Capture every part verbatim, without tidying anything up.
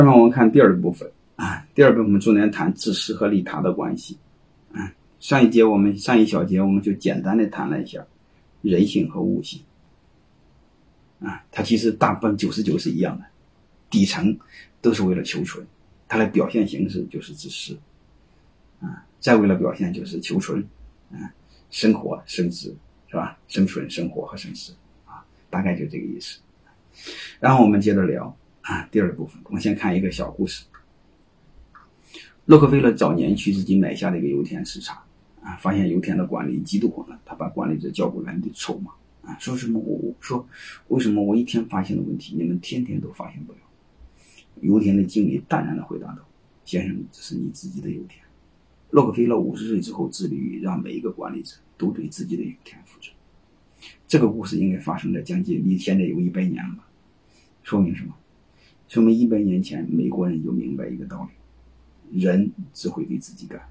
下面我们看第二部分啊，第二部分我们重点谈自私和利他的关系。啊，上一节我们上一小节我们就简单的谈了一下人性和物性。啊，它其实大部分九十九是一样的，底层都是为了求存，它的表现形式就是自私。啊，再为了表现就是求存，啊，生活生殖是吧？生存、生活和生殖啊，大概就这个意思。然后我们接着聊啊，第二部分，我们先看一个小故事。洛克菲勒早年去自己买下的一个油田视察啊，发现油田的管理极度混乱，他把管理者叫过来就臭骂啊，说什么我我说为什么我一天发现的问题，你们天天都发现不了？油田的经理淡然地回答道：“先生，这是你自己的油田。”洛克菲勒五十岁之后致力于让每一个管理者都对自己的油田负责。这个故事应该发生在将近离现在有一百年了吧？说明什么？说明一百年前美国人就明白一个道理：人只会给自己干。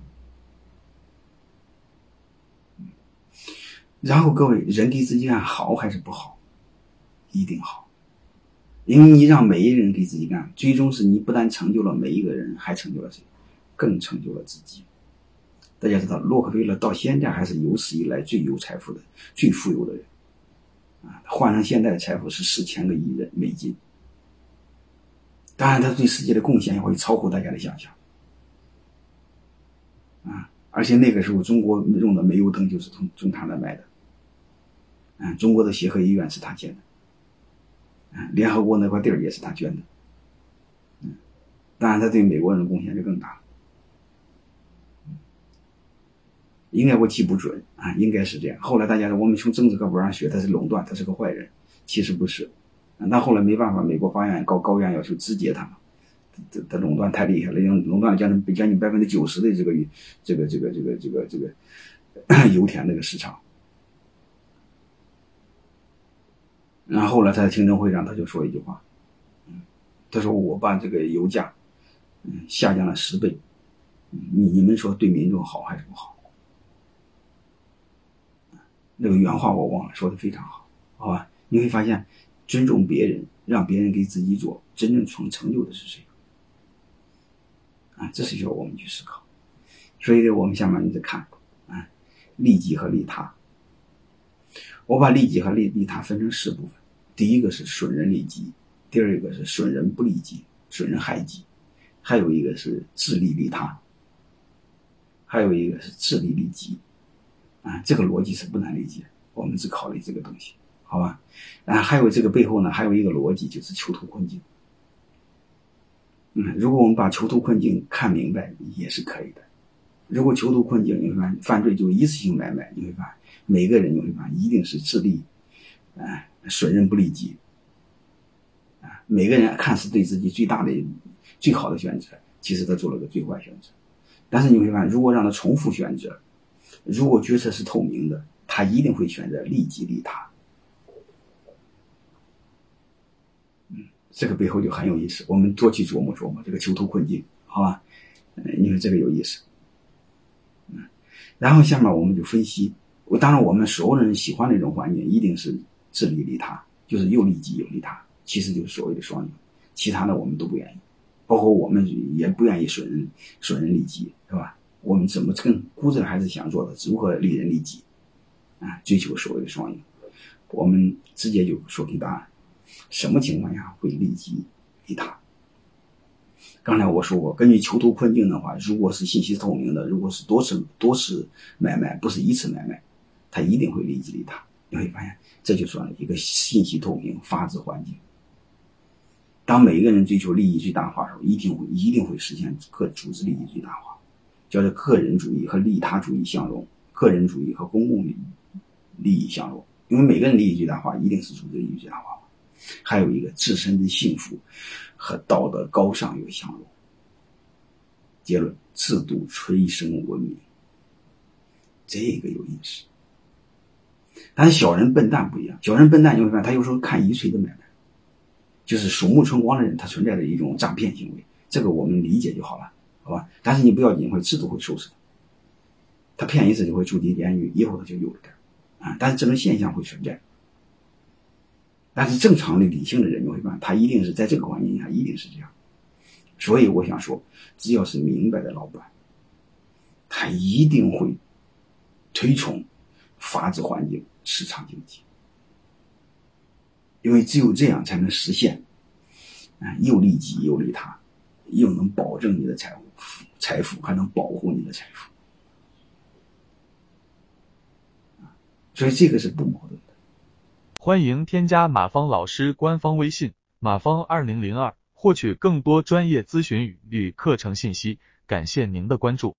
然后各位，人给自己干好还是不好？一定好，因为你让每一个人给自己干，最终是你不但成就了每一个人，还成就了谁？更成就了自己。大家知道，洛克菲勒到现在还是有史以来最有财富的、最富有的人啊，换成现在的财富是四千个亿人美金。当然，他对世界的贡献会超乎大家的想象啊！而且那个时候，中国用的煤油灯就是从从他那买的，啊，中国的协和医院是他建的，啊，联合国那块地儿也是他捐的，嗯，当然他对美国人的贡献就更大了，嗯，应该我记不准啊，应该是这样。后来大家我们从政治课本上学他是垄断，他是个坏人，其实不是。那后来没办法，美国法院高高院要求肢解他，这这垄断太厉害了，因为垄断将近将近百分之九十的这个这个这个这个这个这个油田这个市场。然后后来他在听证会上他就说一句话，嗯，他说我把这个油价嗯下降了十倍，你你们说对民众好还是不好？那个原话我忘了，说的非常好，好吧？你会发现。尊重别人，让别人给自己做，真正成成就的是谁？啊，这是需要我们去思考。所以我们下面你再看啊，利己和利他。我把利己和利利他分成四部分。第一个是损人利己，第二个是损人不利己，损人害己，还有一个是自利利他，还有一个是自利利己。啊，这个逻辑是不难理解，我们只考虑这个东西。好吧，啊，还有这个背后呢，还有一个逻辑，就是囚徒困境。嗯，如果我们把囚徒困境看明白，也是可以的。如果囚徒困境，你会发现犯罪就一次性买卖，你会发现每个人你会发现一定是自利，啊，损人不利己，啊，每个人看似对自己最大的、最好的选择，其实他做了个最坏选择。但是你会发现，如果让他重复选择，如果决策是透明的，他一定会选择利己利他。这个背后就很有意思，我们多去琢磨琢磨这个囚徒困境，好吧？呃，你说这个有意思。嗯，然后下面我们就分析，我当然我们所有人喜欢那种环境，一定是自利利他，就是又利己又利他，其实就是所谓的双赢。其他的我们都不愿意，包括我们也不愿意损人损人利己，是吧？我们怎么更骨子里还是想做的如何利人利己啊，追求所谓的双赢。我们直接就说给答案。什么情况下会利己利他？刚才我说过，根据囚徒困境的话，如果是信息透明的，如果是多次多次买卖，不是一次买卖，它一定会利己利他。你会发现，这就算一个信息透明、法治环境。当每一个人追求利益最大化的时候，一定会一定会实现各组织利益最大化，叫做个人主义和利他主义相融，个人主义和公共利益利益相融。因为每个人利益最大化，一定是组织利益最大化。还有一个自身的幸福和道德高尚有相融。结论：制度催生文明。这个有意思。但是小人笨蛋不一样，小人笨蛋你会发现他有时候看一锤子买卖，就是鼠目寸光的人，他存在的一种诈骗行为，这个我们理解就好了，好吧？但是你不要紧，会制度会收拾他，他骗一次就会触及言语，以后他就有了点啊。但是这种现象会存在。但是正常的理性的人，你会发现他一定是在这个环境下一定是这样所以我想说，只要是明白的老板，他一定会推崇法治环境、市场经济，因为只有这样才能实现啊，又利己又利他，又能保证你的财富财富还能保护你的财富，所以这个是不矛盾的。 欢迎添加马芳老师官方微信马芳二零零二，获取更多专业咨询与课程信息。感谢您的关注。